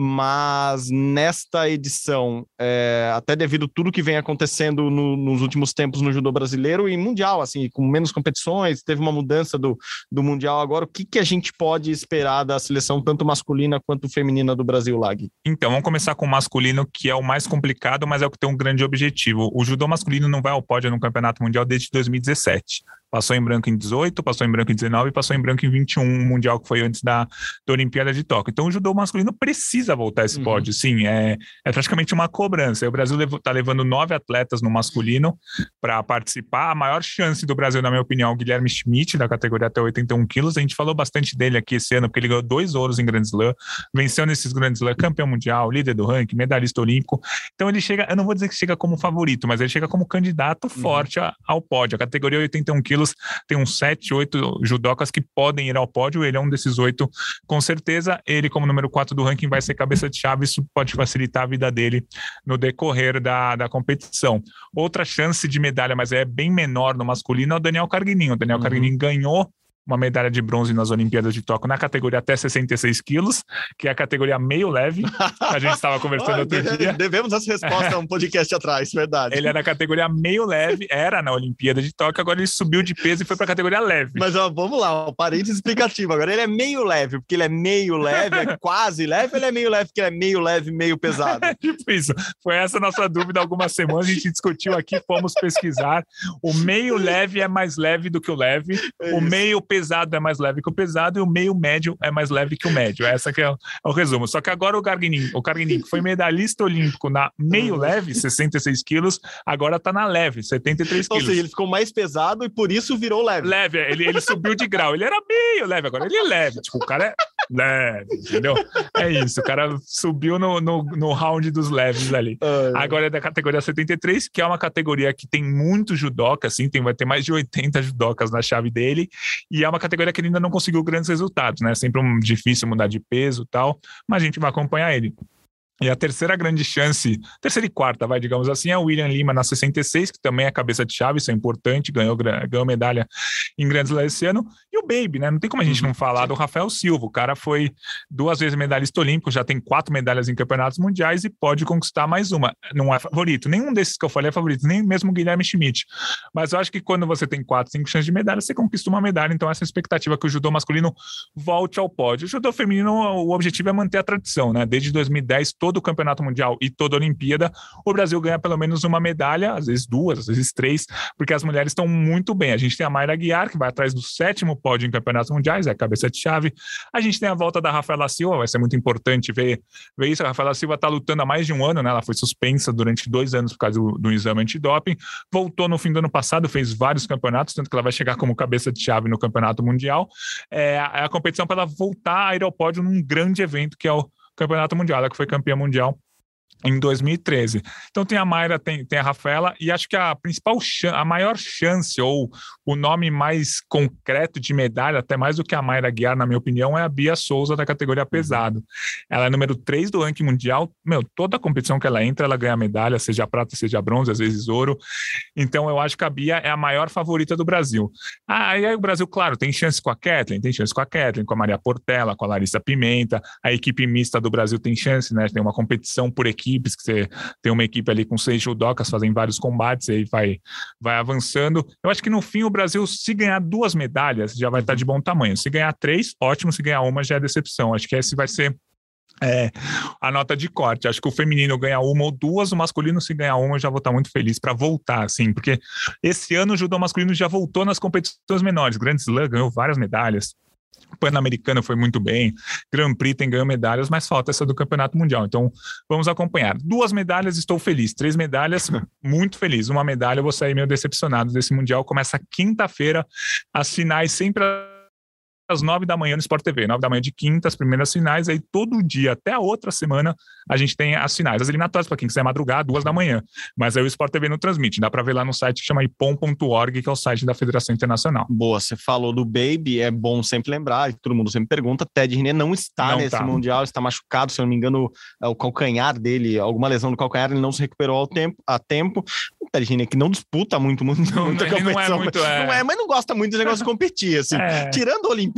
mas nesta edição, é, até devido a tudo que vem acontecendo no, nos últimos tempos no judô brasileiro e mundial, assim, com menos competições, teve uma mudança do, do mundial agora, o que, que a gente gente pode esperar da seleção, tanto masculina quanto feminina do Brasil, Lag? Então, vamos começar com o masculino, que é o mais complicado, mas é o que tem um grande objetivo. O judô masculino não vai ao pódio no Campeonato Mundial desde dois mil e dezessete. Passou em branco em dezoito, passou em branco em dezenove e passou em branco em vinte e um, mundial que foi antes da, da Olimpíada de Tóquio. Então o judô masculino precisa voltar a esse uhum. pódio, sim, é, é praticamente uma cobrança. O Brasil está levando nove atletas no masculino para participar. A maior chance do Brasil, na minha opinião, é o Guilherme Schmidt, da categoria até oitenta e um quilos. A gente falou bastante dele aqui esse ano, porque ele ganhou dois ouros em Grand Slam, venceu nesses Grand Slam, campeão mundial, líder do ranking, medalhista olímpico. Então ele chega, eu não vou dizer que chega como favorito, mas ele chega como candidato uhum. forte a, ao pódio. A categoria oitenta e um quilos tem uns sete, oito judocas que podem ir ao pódio, ele é um desses oito, com certeza. Ele, como número quatro do ranking, vai ser cabeça de chave, isso pode facilitar a vida dele no decorrer da, da competição. Outra chance de medalha, mas é bem menor no masculino, é o Daniel Carguinin. O Daniel uhum. Carguinin ganhou uma medalha de bronze nas Olimpíadas de Tóquio na categoria até sessenta e seis quilos, que é a categoria meio leve, a gente estava conversando oh, outro dia. Devemos essa resposta a um podcast atrás, verdade. Ele era na categoria meio leve, era na Olimpíada de Tóquio, agora ele subiu de peso e foi para a categoria leve. Mas ó, vamos lá, o parênteses explicativo. Agora ele é meio leve, porque ele é meio leve, é quase leve, ele é meio leve, porque ele é meio leve, meio pesado. Tipo isso. Foi essa a nossa dúvida há algumas semanas, a gente discutiu aqui, fomos pesquisar. O meio leve é mais leve do que o leve, é o meio pesado é mais leve que o pesado e o meio médio é mais leve que o médio. Essa que é o, é o resumo. Só que agora o Carguinin, o Carguinin, que foi medalhista olímpico na meio leve, sessenta e seis quilos, agora tá na leve, setenta e três quilos. Ou seja, ele ficou mais pesado e por isso virou leve. Leve, ele, ele subiu de grau. Ele era meio leve, agora ele é leve. Tipo, o cara é leve, entendeu? É isso, o cara subiu no, no, no round dos leves ali. Ai. Agora é da categoria setenta e três, que é uma categoria que tem muito judoca, assim, tem, vai ter mais de oitenta judocas na chave dele, e é uma categoria que ele ainda não conseguiu grandes resultados, né? Sempre um difícil mudar de peso e tal, mas a gente vai acompanhar ele. E a terceira grande chance, terceira e quarta, vai, digamos assim, é o William Lima na sessenta e seis, que também é cabeça de chave, isso é importante, ganhou, ganhou medalha em Grand Slam esse ano. E o Baby, né? Não tem como a gente não falar do Rafael Silva. O cara foi duas vezes medalhista olímpico, já tem quatro medalhas em campeonatos mundiais e pode conquistar mais uma. Não é favorito. Nenhum desses que eu falei é favorito, nem mesmo o Guilherme Schmidt. Mas eu acho que quando você tem quatro, cinco chances de medalha, você conquista uma medalha. Então essa é a expectativa que o judô masculino volte ao pódio. O judô feminino, o objetivo é manter a tradição, né? Desde dois mil e dez, todo o Campeonato Mundial e toda a Olimpíada, o Brasil ganha pelo menos uma medalha, às vezes duas, às vezes três, porque as mulheres estão muito bem. A gente tem a Mayra Aguiar, que vai atrás do sétimo pódio em Campeonatos Mundiais, é a cabeça de chave. A gente tem a volta da Rafaela Silva, vai ser muito importante ver, ver isso. A Rafaela Silva está lutando há mais de um ano, né? Ela foi suspensa durante dois anos por causa do, do exame antidoping, voltou no fim do ano passado, fez vários campeonatos, tanto que ela vai chegar como cabeça de chave no Campeonato Mundial. É, é a competição para ela voltar a ir ao pódio num grande evento, que é o Campeonato Mundial, ela que foi campeã mundial em dois mil e treze. Então tem a Mayra, tem, tem a Rafaela, e acho que a principal, a maior chance, ou o nome mais concreto de medalha, até mais do que a Mayra Aguiar, na minha opinião, é a Bia Souza, da categoria pesado. Ela é número três do ranking mundial. Meu, toda a competição que ela entra, ela ganha medalha, seja prata, seja bronze, às vezes ouro. Então eu acho que a Bia é a maior favorita do Brasil. Ah, e aí o Brasil, claro, tem chance com a Kathleen, tem chance com a Kathleen, com a Maria Portela, com a Larissa Pimenta. A equipe mista do Brasil tem chance, né? Tem uma competição por equipe, que você tem uma equipe ali com seis judocas, fazem vários combates, e aí vai, vai avançando. Eu acho que no fim o Brasil, se ganhar duas medalhas, já vai estar de bom tamanho. Se ganhar três, ótimo. Se ganhar uma, já é decepção. Acho que esse vai ser É, a nota de corte. Acho que o feminino ganha uma ou duas, o masculino, se ganhar uma, eu já vou estar muito feliz para voltar, assim, porque esse ano o judô masculino já voltou nas competições menores. Grand Slam ganhou várias medalhas, Pan-Americano foi muito bem, Grand Prix tem ganhou medalhas, mas falta essa do Campeonato Mundial. Então vamos acompanhar. Duas medalhas, estou feliz. Três medalhas, muito feliz. Uma medalha, eu vou sair meio decepcionado desse Mundial. Começa quinta-feira, as finais sempre às nove da manhã no Sport T V, nove da manhã de quinta, as primeiras finais, aí todo dia, até a outra semana, a gente tem as finais, as eliminatórias, para quem quiser madrugar, duas da manhã, mas aí o Sport T V não transmite, dá para ver lá no site que chama ipom ponto org, que é o site da Federação Internacional. Boa, você falou do Baby, é bom sempre lembrar, todo mundo sempre pergunta, Ted René não está não nesse tá. Mundial, está machucado, se eu não me engano, o calcanhar dele, alguma lesão no calcanhar, ele não se recuperou ao tempo, a tempo, o Ted René que não disputa muito, muito não, muita competição, não é muito, é... não é, mas não gosta muito de negócio de competir, assim, é... tirando a Olimpíada,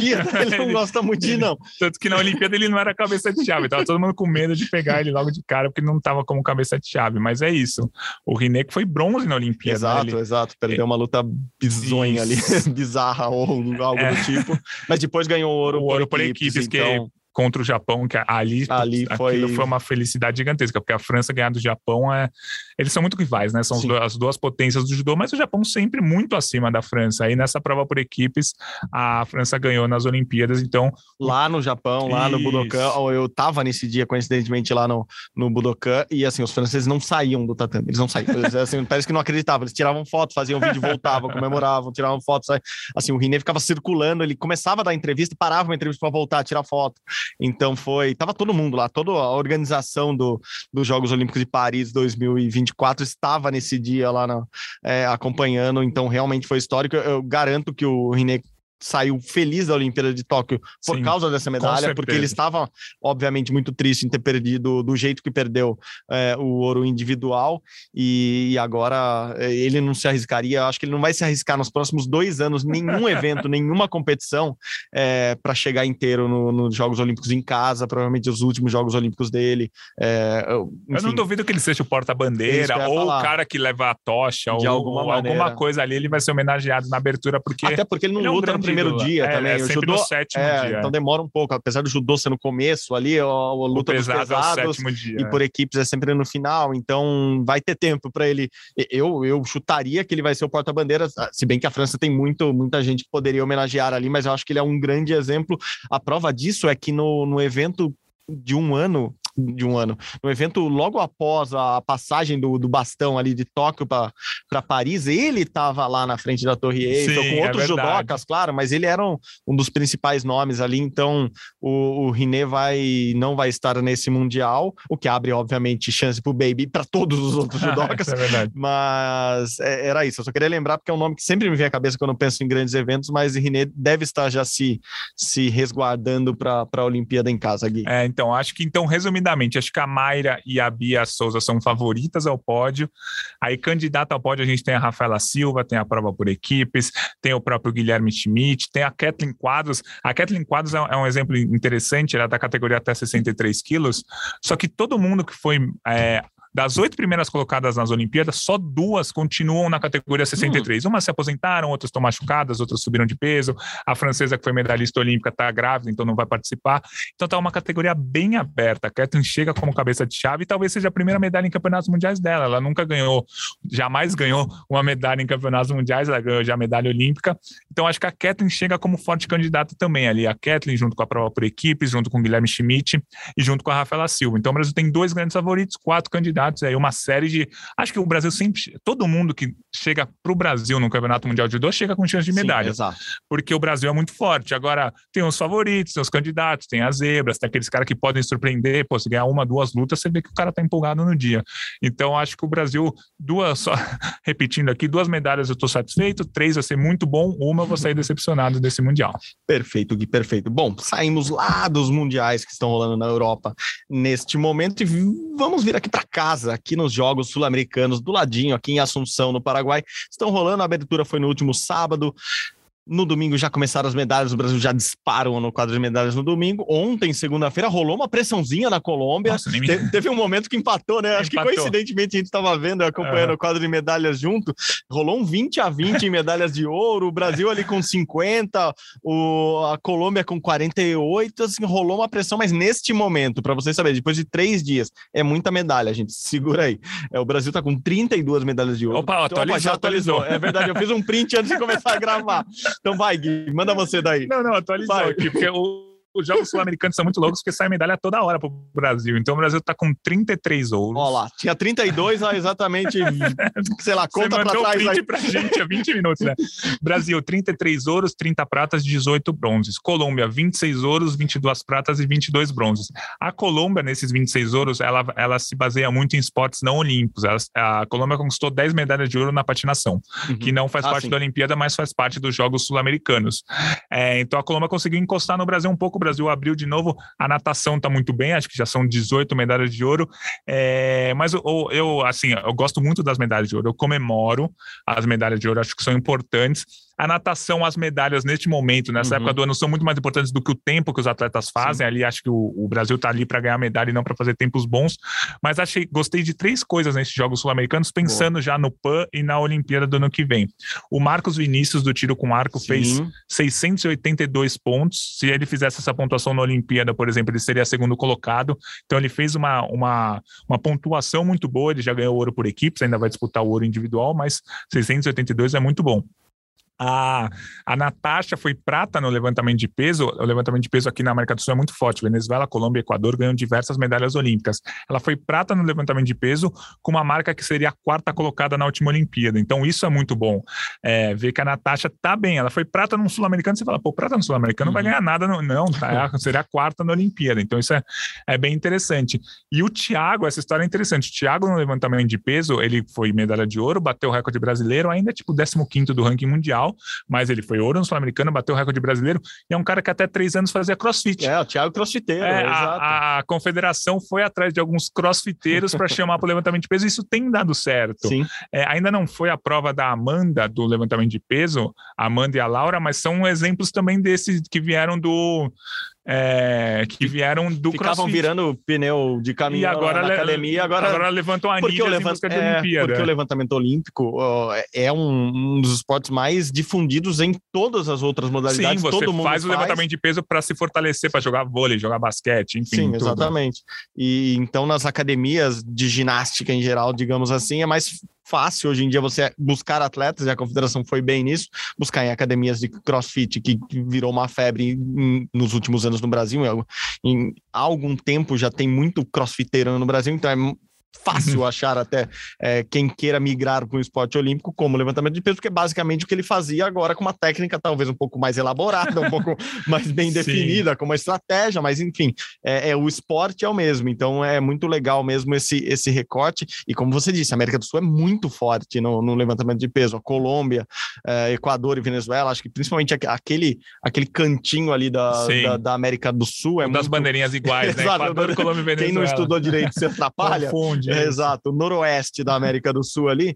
Olimpíada ele não ele, gosta muito de ir, não. Tanto que na Olimpíada ele não era cabeça de chave, tava todo mundo com medo de pegar ele logo de cara, porque ele não tava como cabeça de chave, mas é isso. O Rinê que foi bronze na Olimpíada. Exato, né? ele... exato, perdeu uma luta bizonha ali, bizarra ou algo é. do tipo, mas depois ganhou ouro, o por, ouro por equipes, equipes, então... que contra o Japão, que ali, ali foi... foi uma felicidade gigantesca, porque a França ganhar do Japão é... Eles são muito rivais, né? São os, as duas potências do judô, mas o Japão sempre muito acima da França. Aí nessa prova por equipes, a França ganhou nas Olimpíadas, então... Lá no Japão, lá Isso. no Budokan, eu tava nesse dia, coincidentemente, lá no, no Budokan, e assim, os franceses não saíam do tatame, eles não saíam, eles, assim, parece que não acreditavam, eles tiravam foto, faziam vídeo, voltavam, comemoravam, tiravam foto, saíam. Assim, o Rinê ficava circulando, ele começava a dar entrevista e parava uma entrevista para voltar, tirar foto. Então foi, tava todo mundo lá, toda a organização do, dos Jogos Olímpicos de Paris dois mil e vinte e quatro estava nesse dia lá na, é, acompanhando, então realmente foi histórico. Eu, eu garanto que o Rinê saiu feliz da Olimpíada de Tóquio por Sim, causa dessa medalha, porque ele estava, obviamente, muito triste em ter perdido do jeito que perdeu é, o ouro individual, e, e agora ele não se arriscaria, eu acho que ele não vai se arriscar nos próximos dois anos, nenhum evento, nenhuma competição é, para chegar inteiro nos no Jogos Olímpicos em casa, provavelmente os últimos Jogos Olímpicos dele. É, enfim, eu não duvido que ele seja o porta-bandeira, ou falar. o cara que leva a tocha, de ou alguma, alguma coisa ali, ele vai ser homenageado na abertura, porque... Até porque ele não ele luta é um no primeiro dia é, também. É, o judô, no sétimo é, dia. Então demora um pouco, apesar do judô ser no começo ali, a, a luta o pesado dos pesados é o sétimo dia, e por equipes é sempre no final, então vai ter tempo para ele. Eu, eu chutaria que ele vai ser o porta-bandeiras, se bem que a França tem muito, muita gente que poderia homenagear ali, mas eu acho que ele é um grande exemplo. A prova disso é que no, no evento de um ano de um ano, no evento logo após a passagem do, do bastão ali de Tóquio para Paris, ele estava lá na frente da Torre Eiffel, com outros é judocas, claro, mas ele era um, um dos principais nomes ali, então o, o Rinê vai, não vai estar nesse Mundial, o que abre, obviamente, chance para o Baby e para todos os outros judocas, é verdade. Mas é, era isso, eu só queria lembrar, porque é um nome que sempre me vem à cabeça quando eu penso em grandes eventos, mas o Rinê deve estar já se, se resguardando para a Olimpíada em casa, Gui. É, então, acho que, então, resumidamente, acho que a Mayra e a Bia Souza são favoritas ao pódio. Aí, candidata ao pódio, a gente tem a Rafaela Silva, tem a prova por equipes, tem o próprio Guilherme Schmidt, tem a Kathleen Quadros. A Kathleen Quadros é um exemplo interessante, ela é da categoria até sessenta e três quilos, só que todo mundo que foi... É, das oito primeiras colocadas nas Olimpíadas, só duas continuam na categoria sessenta e três. Hum. Umas se aposentaram, outras estão machucadas, outras subiram de peso. A francesa, que foi medalhista olímpica, está grávida, então não vai participar. Então está uma categoria bem aberta. A Kathleen chega como cabeça de chave e talvez seja a primeira medalha em campeonatos mundiais dela. Ela nunca ganhou, jamais ganhou uma medalha em campeonatos mundiais, ela ganhou já a medalha olímpica. Então acho que a Kathleen chega como forte candidata também ali. A Kathleen junto com a prova por equipes, junto com o Guilherme Schmidt e junto com a Rafaela Silva. Então o Brasil tem dois grandes favoritos, quatro candidatos, aí uma série de... Acho que o Brasil sempre... Todo mundo que chega para o Brasil no Campeonato Mundial de Judô chega com chance de medalha. Sim, exato. Porque o Brasil é muito forte. Agora, tem os favoritos, tem os candidatos, tem as zebras, tem aqueles caras que podem surpreender. Pô, se ganhar uma, duas lutas, você vê que o cara tá empolgado no dia. Então, acho que o Brasil, duas, só repetindo aqui, duas medalhas eu tô satisfeito, três vai ser muito bom, uma eu vou sair decepcionado desse Mundial. Perfeito, Gui, perfeito. Bom, saímos lá dos mundiais que estão rolando na Europa neste momento e vamos vir aqui para casa, aqui nos Jogos Sul-Americanos, do ladinho, aqui em Assunção, no Paraguai. Estão rolando, a abertura foi no último sábado. No domingo já começaram as medalhas, o Brasil já disparou no quadro de medalhas no domingo. Ontem, segunda-feira, rolou uma pressãozinha na Colômbia. Nossa, me... Te, teve um momento que empatou, né? Acho empatou. que coincidentemente a gente estava vendo, acompanhando uhum. o quadro de medalhas junto. Rolou um vinte a vinte em medalhas de ouro, o Brasil ali com cinquenta, o, a Colômbia com quarenta e oito. Assim, rolou uma pressão, mas neste momento, para vocês saberem, depois de três dias, é muita medalha, gente. Segura aí. É, o Brasil tá com trinta e duas medalhas de ouro. Opa, atualizou, então, opa, já atualizou. atualizou. É verdade, eu fiz um print antes de começar a gravar. Então vai, Gui, manda você daí. Não, não, atualizou vai. Aqui, porque o, os Jogos Sul-Americanos são muito loucos, porque sai medalha toda hora pro Brasil. Então o Brasil tá com trinta e três ouros. Ó lá, tinha trinta e dois, ó, exatamente, sei lá, conta pra trás. Você mandou aí. Pra gente há vinte minutos, né? Brasil, trinta e três ouros, trinta pratas, dezoito bronzes. Colômbia, vinte e seis ouros, vinte e duas pratas e vinte e dois bronzes. A Colômbia, nesses vinte e seis ouros, ela, ela se baseia muito em esportes não olímpicos. Ela, a Colômbia conquistou dez medalhas de ouro na patinação, uhum. que não faz ah, parte sim. da Olimpíada, mas faz parte dos Jogos Sul-Americanos. É, então a Colômbia conseguiu encostar no Brasil um pouco. O Brasil abriu de novo, a natação tá muito bem, acho que já são dezoito medalhas de ouro, é, mas eu, eu, assim, eu gosto muito das medalhas de ouro, eu comemoro as medalhas de ouro, acho que são importantes. A natação, as medalhas neste momento, nessa uhum. época do ano, são muito mais importantes do que o tempo que os atletas fazem. Sim. Ali acho que o, o Brasil tá ali para ganhar medalha e não para fazer tempos bons. Mas achei, gostei de três coisas nesses Jogos Sul-Americanos, pensando Boa. já no Pan e na Olimpíada do ano que vem. O Marcos Vinícius, do tiro com arco, Sim. fez seiscentos e oitenta e dois pontos. Se ele fizesse essa pontuação na Olimpíada, por exemplo, ele seria segundo colocado. Então ele fez uma, uma, uma pontuação muito boa. Ele já ganhou ouro por equipes, ainda vai disputar o ouro individual, mas seiscentos e oitenta e dois é muito bom. A, a Natasha foi prata no levantamento de peso. O levantamento de peso aqui na América do Sul é muito forte. Venezuela, Colômbia e Equador ganham diversas medalhas olímpicas. Ela foi prata no levantamento de peso com uma marca que seria a quarta colocada na última Olimpíada. Então isso é muito bom. É, ver que a Natasha tá bem. Ela foi prata no Sul-Americano. Você fala, pô, prata no Sul-Americano uhum. não vai ganhar nada. Não, não tá, seria a quarta na Olimpíada. Então isso é, é bem interessante. E o Thiago, essa história é interessante. O Thiago no levantamento de peso, ele foi medalha de ouro, bateu o recorde brasileiro, ainda é tipo décimo quinto do ranking mundial, mas ele foi ouro no Sul-Americano, bateu o recorde brasileiro, e é um cara que até três anos fazia crossfit. É, o Thiago crossfiteiro, é, exato. A, a confederação foi atrás de alguns crossfiteiros para chamar para o levantamento de peso, e isso tem dado certo. Sim. É, ainda não foi a prova da Amanda, do levantamento de peso, a Amanda e a Laura, mas são exemplos também desses que vieram do... É, que vieram do Ficavam CrossFit. virando pneu de caminhão e agora na le- academia, agora, agora levantam a porque o nível levant... de é, Olimpíada. Porque o levantamento olímpico ó, é um, um dos esportes mais difundidos em todas as outras modalidades. Sim, você Todo mundo faz o faz. levantamento de peso para se fortalecer, para jogar vôlei, jogar basquete, enfim. Sim, tudo. exatamente. E então nas academias de ginástica em geral, digamos assim, é mais fácil hoje em dia você buscar atletas, e a confederação foi bem nisso, buscar em academias de crossfit, que virou uma febre em, nos últimos anos no Brasil. Em, há algum tempo já tem muito crossfiteiro no Brasil, então é fácil achar até é, quem queira migrar para o esporte olímpico como levantamento de peso, porque é basicamente o que ele fazia agora com uma técnica talvez um pouco mais elaborada, um pouco mais bem definida, com uma estratégia, mas enfim, é, é, o esporte é o mesmo, então é muito legal mesmo esse, esse recorte, e como você disse, a América do Sul é muito forte no, no levantamento de peso, a Colômbia, é, Equador e Venezuela, acho que principalmente aquele, aquele cantinho ali da, da, da América do Sul é das muito... bandeirinhas iguais, né? Equador, Colômbia e Venezuela. Quem não estudou direito se atrapalha. Confunde. É, exato, o noroeste da América do Sul ali,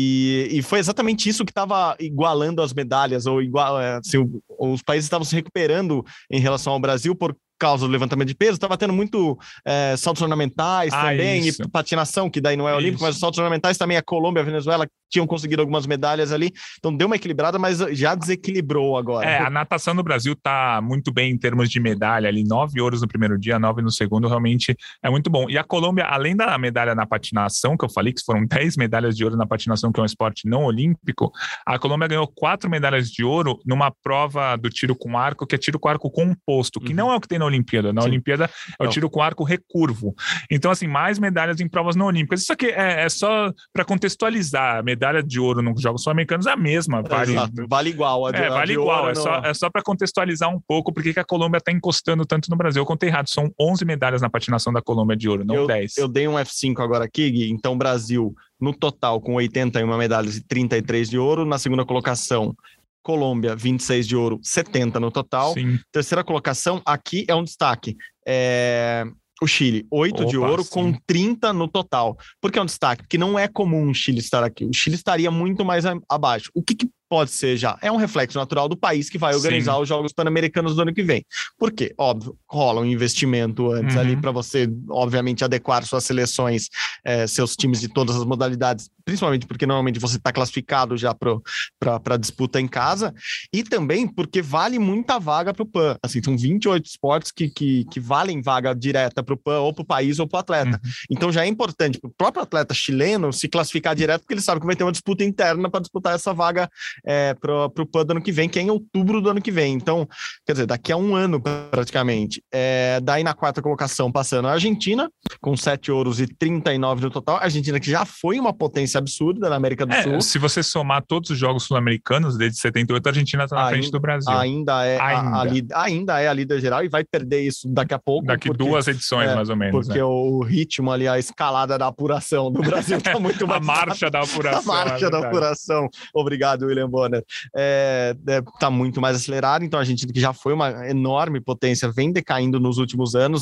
e, e foi exatamente isso que estava igualando as medalhas, ou igual, assim, os países estavam se recuperando em relação ao Brasil por causa do levantamento de peso, estava tendo muito é, saltos ornamentais ah, também, isso. e patinação, que daí não é olímpico, mas os saltos ornamentais também, a Colômbia, a Venezuela tinham conseguido algumas medalhas ali, então deu uma equilibrada, mas já desequilibrou agora. É, a natação no Brasil tá muito bem em termos de medalha ali, nove ouros no primeiro dia, nove no segundo, realmente é muito bom. E a Colômbia, além da medalha na patinação, que eu falei que foram dez medalhas de ouro na patinação, que é um esporte não olímpico, a Colômbia ganhou quatro medalhas de ouro numa prova do tiro com arco, que é tiro com arco composto, que uhum. não é o que tem na Olimpíada. Na Sim. Olimpíada é o não. tiro com arco recurvo. Então, assim, mais medalhas em provas não olímpicas. Isso aqui é, é só para contextualizar. A medalha de ouro nos Jogos Sul-Americanos é a mesma. Vale, vale igual. A de, é, vale a igual. Ouro, é, só, é só para contextualizar um pouco porque que a Colômbia está encostando tanto no Brasil. Eu contei errado. São onze medalhas na patinação da Colômbia de ouro, não eu, dez. Eu dei um F cinco agora aqui, Gui. Então, o Brasil, no total, com oitenta e uma medalhas e trinta e três de ouro. Na segunda colocação, Colômbia, vinte e seis de ouro, setenta no total. Sim. Terceira colocação, aqui é um destaque. É... O Chile, oito de ouro, sim. com trinta no total. Por que é um destaque? Porque não é comum o Chile estar aqui. O Chile estaria muito mais abaixo. O que, que pode ser já? É um reflexo natural do país que vai organizar Sim. os Jogos Pan-Americanos do ano que vem. Por quê? Óbvio, rola um investimento antes uhum. ali para você, obviamente, adequar suas seleções, é, seus times de todas as modalidades, principalmente porque normalmente você está classificado já para a disputa em casa, e também porque vale muita vaga para o Pan. Assim, são vinte e oito esportes que, que, que valem vaga direta para o Pan, ou para o país, ou para o atleta. Uhum. Então já é importante para o próprio atleta chileno se classificar direto, porque ele sabe que vai ter uma disputa interna para disputar essa vaga É, para o Pan do ano que vem, que é em outubro do ano que vem. Então, quer dizer, daqui a um ano praticamente. É, daí na quarta colocação passando a Argentina, com sete ouros e trinta e nove no total. A Argentina que já foi uma potência absurda na América do é, Sul. Se você somar todos os jogos sul-americanos, desde setenta e oito, a Argentina está na ainda, frente do Brasil. Ainda é, ainda. A, a, ainda é a líder geral e vai perder isso daqui a pouco. Daqui porque, duas edições, é, mais ou menos. Porque né? o ritmo ali, a escalada da apuração do Brasil está muito mais... a marcha da apuração. A marcha é da apuração. Obrigado, William Bonner. É, é, tá muito mais acelerado, então a Argentina, que já foi uma enorme potência, vem decaindo nos últimos anos, tá,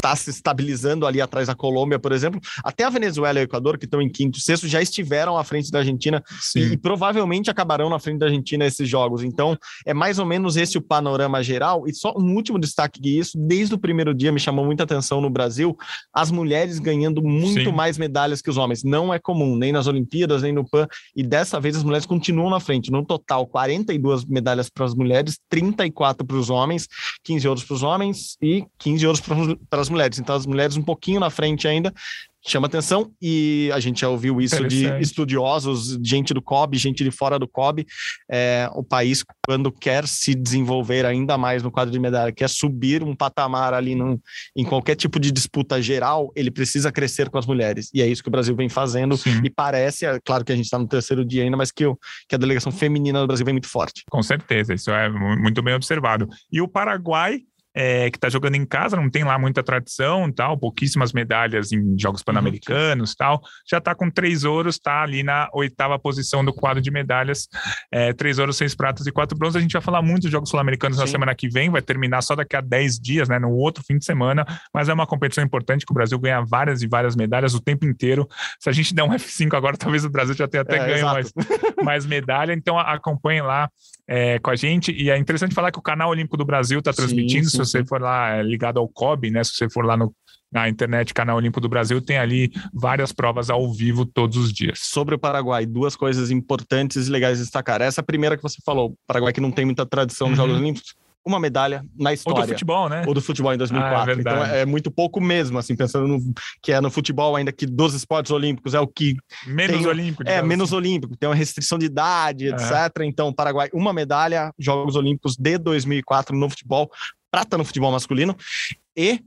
está se estabilizando ali atrás da Colômbia, por exemplo. Até a Venezuela e o Equador, que estão em quinto e sexto, já estiveram à frente da Argentina e, e provavelmente acabarão na frente da Argentina esses jogos. Então, é mais ou menos esse o panorama geral. E só um último destaque disso, desde o primeiro dia me chamou muita atenção no Brasil, as mulheres ganhando muito Sim. mais medalhas que os homens. Não é comum, nem nas Olimpíadas, nem no Pan, e dessa vez as mulheres continuam na frente. No total, quarenta e duas medalhas para as mulheres, trinta e quatro para os homens, quinze ouros para os homens e quinze ouros para as mulheres. Então, as mulheres um pouquinho na frente ainda, chama atenção, e a gente já ouviu isso de estudiosos, gente do C O B, gente de fora do C O B. É, o país, quando quer se desenvolver ainda mais no quadro de medalha, quer subir um patamar ali num, em qualquer tipo de disputa geral, ele precisa crescer com as mulheres, e é isso que o Brasil vem fazendo. Sim. E parece, é claro que a gente está no terceiro dia ainda, mas que, o, que a delegação feminina do Brasil vem muito forte. Com certeza, isso é muito bem observado. E o Paraguai, É, que está jogando em casa, não tem lá muita tradição, tal, pouquíssimas medalhas em Jogos Pan-Americanos, uhum. tal, já está com três ouros, está ali na oitava posição do quadro de medalhas, é, três ouros, seis pratas e quatro bronzes. A gente vai falar muito dos Jogos Sul-Americanos na semana que vem, vai terminar só daqui a dez dias, né, no outro fim de semana, mas é uma competição importante que o Brasil ganha várias e várias medalhas o tempo inteiro. Se a gente der um F cinco agora, talvez o Brasil já tenha até é, ganho mais, mais medalha, então acompanhem lá é, com a gente. E é interessante falar que o Canal Olímpico do Brasil está transmitindo, sim, sim. Se você for lá é, ligado ao C O B, né? Se você for lá no, na internet, Canal Olímpico do Brasil, tem ali várias provas ao vivo todos os dias. Sobre o Paraguai, duas coisas importantes e legais de destacar. Essa primeira que você falou, o Paraguai que não tem muita tradição nos uhum. Jogos Olímpicos, uma medalha na história. Ou do futebol, né? Ou do futebol em dois mil e quatro. Ah, é então é muito pouco mesmo, assim, pensando no, que é no futebol, ainda que dos esportes olímpicos é o que... Menos tem, olímpico. É, menos assim. Olímpico. Tem uma restrição de idade, etcétera. É. Então, Paraguai, uma medalha, Jogos Olímpicos de dois mil e quatro no futebol, prata no futebol masculino, e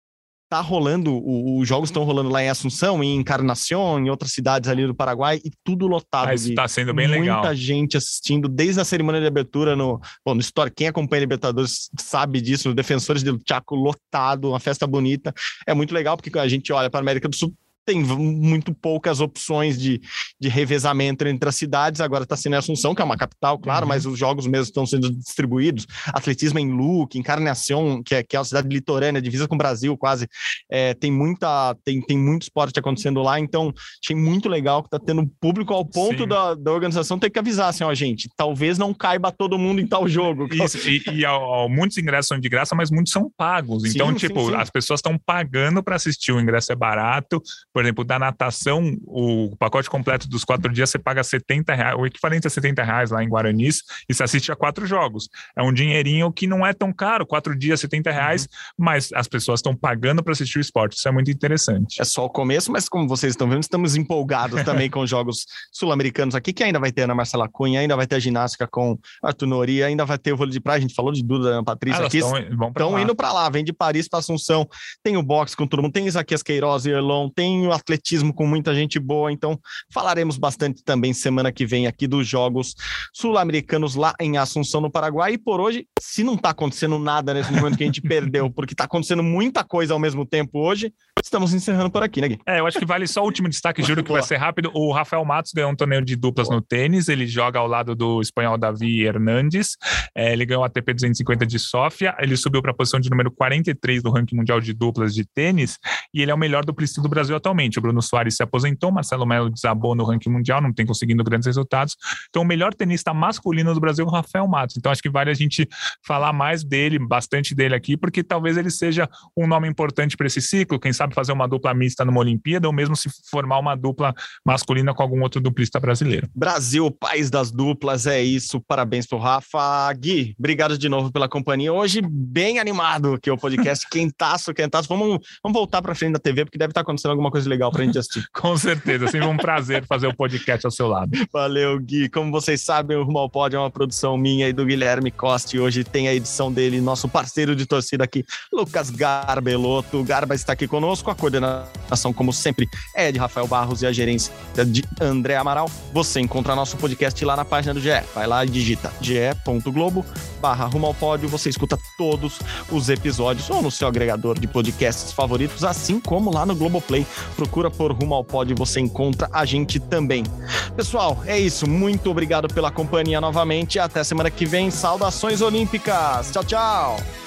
tá rolando, os jogos estão rolando lá em Assunção, em Encarnação, em outras cidades ali do Paraguai, e tudo lotado. Ah, isso tá sendo bem muita legal. Muita gente assistindo, desde a cerimônia de abertura no... Bom, no História, quem acompanha a Libertadores sabe disso, os Defensores do Chaco lotado, uma festa bonita. É muito legal, porque a gente olha para a América do Sul, tem muito poucas opções de, de revezamento entre as cidades. Agora está sendo em Assunção, que é uma capital, claro, uhum. mas os jogos mesmo estão sendo distribuídos. Atletismo em Luque, Encarnação, que é, que é uma cidade litorânea, divisa com o Brasil quase. É, tem, muita, tem, tem muito esporte acontecendo lá, então achei muito legal que está tendo público ao ponto da, da organização ter que avisar assim, ó, gente, talvez não caiba todo mundo em tal jogo. Isso, e, e ó, muitos ingressos são de graça, mas muitos são pagos. Então, sim, tipo, sim, sim. as pessoas estão pagando para assistir, o ingresso é barato. Por exemplo, da natação, o pacote completo dos quatro dias, você paga setenta reais, o equivalente a setenta reais lá em Guaranis, e você assiste a quatro jogos. É um dinheirinho que não é tão caro, quatro dias, setenta reais, uhum. mas as pessoas estão pagando para assistir o esporte. Isso é muito interessante. É só o começo, mas como vocês estão vendo, estamos empolgados também com os jogos sul-americanos aqui, que ainda vai ter a Ana Marcela Cunha, ainda vai ter a ginástica com Arthur Nori, ainda vai ter o vôlei de praia, a gente falou de Duda, Ana Patrícia ah, aqui. Estão indo para lá, vem de Paris para Assunção, tem o boxe com todo mundo, tem Isaquias Queiroz e Erlon, tem o atletismo com muita gente boa, então falaremos bastante também semana que vem aqui dos Jogos Sul-Americanos lá em Assunção, no Paraguai. E por hoje, se não tá acontecendo nada nesse momento que a gente perdeu, porque tá acontecendo muita coisa ao mesmo tempo hoje, estamos encerrando por aqui, né, Gui? É, eu acho que vale só o último destaque, juro que vai ser rápido. O Rafael Matos ganhou um torneio de duplas Boa. no tênis, ele joga ao lado do espanhol Davi Hernandes, é, ele ganhou o A T P duzentos e cinquenta de Sófia, ele subiu para a posição de número quarenta e três do ranking mundial de duplas de tênis, e ele é o melhor duplista do Brasil atualmente. O Bruno Soares se aposentou, Marcelo Melo desabou no ranking mundial, não tem conseguindo grandes resultados. Então, o melhor tenista masculino do Brasil é o Rafael Matos. Então, acho que vale a gente falar mais dele, bastante dele aqui, porque talvez ele seja um nome importante para esse ciclo. Quem sabe fazer uma dupla mista numa Olimpíada, ou mesmo se formar uma dupla masculina com algum outro duplista brasileiro. Brasil, país das duplas, é isso. Parabéns pro Rafa. Gui, obrigado de novo pela companhia. Hoje, bem animado aqui o podcast. Quentaço, quentaço. Vamos, vamos voltar para frente da T V, porque deve estar acontecendo alguma coisa legal pra gente assistir. Com certeza, sempre um prazer fazer o podcast ao seu lado. Valeu, Gui. Como vocês sabem, o Rumo ao Pódio é uma produção minha e do Guilherme Costa, e hoje tem a edição dele, nosso parceiro de torcida aqui, Lucas Garbelotto. O Garba está aqui conosco, a coordenação, como sempre, é de Rafael Barros e a gerência de André Amaral. Você encontra nosso podcast lá na página do G E. Vai lá e digita ge.globo barra Rumo ao Pódio. Você escuta todos os episódios ou no seu agregador de podcasts favoritos, assim como lá no Globoplay. Procura por Rumo ao Pódio e você encontra a gente também. Pessoal, é isso. Muito obrigado pela companhia novamente. Até semana que vem. Saudações olímpicas. Tchau, tchau.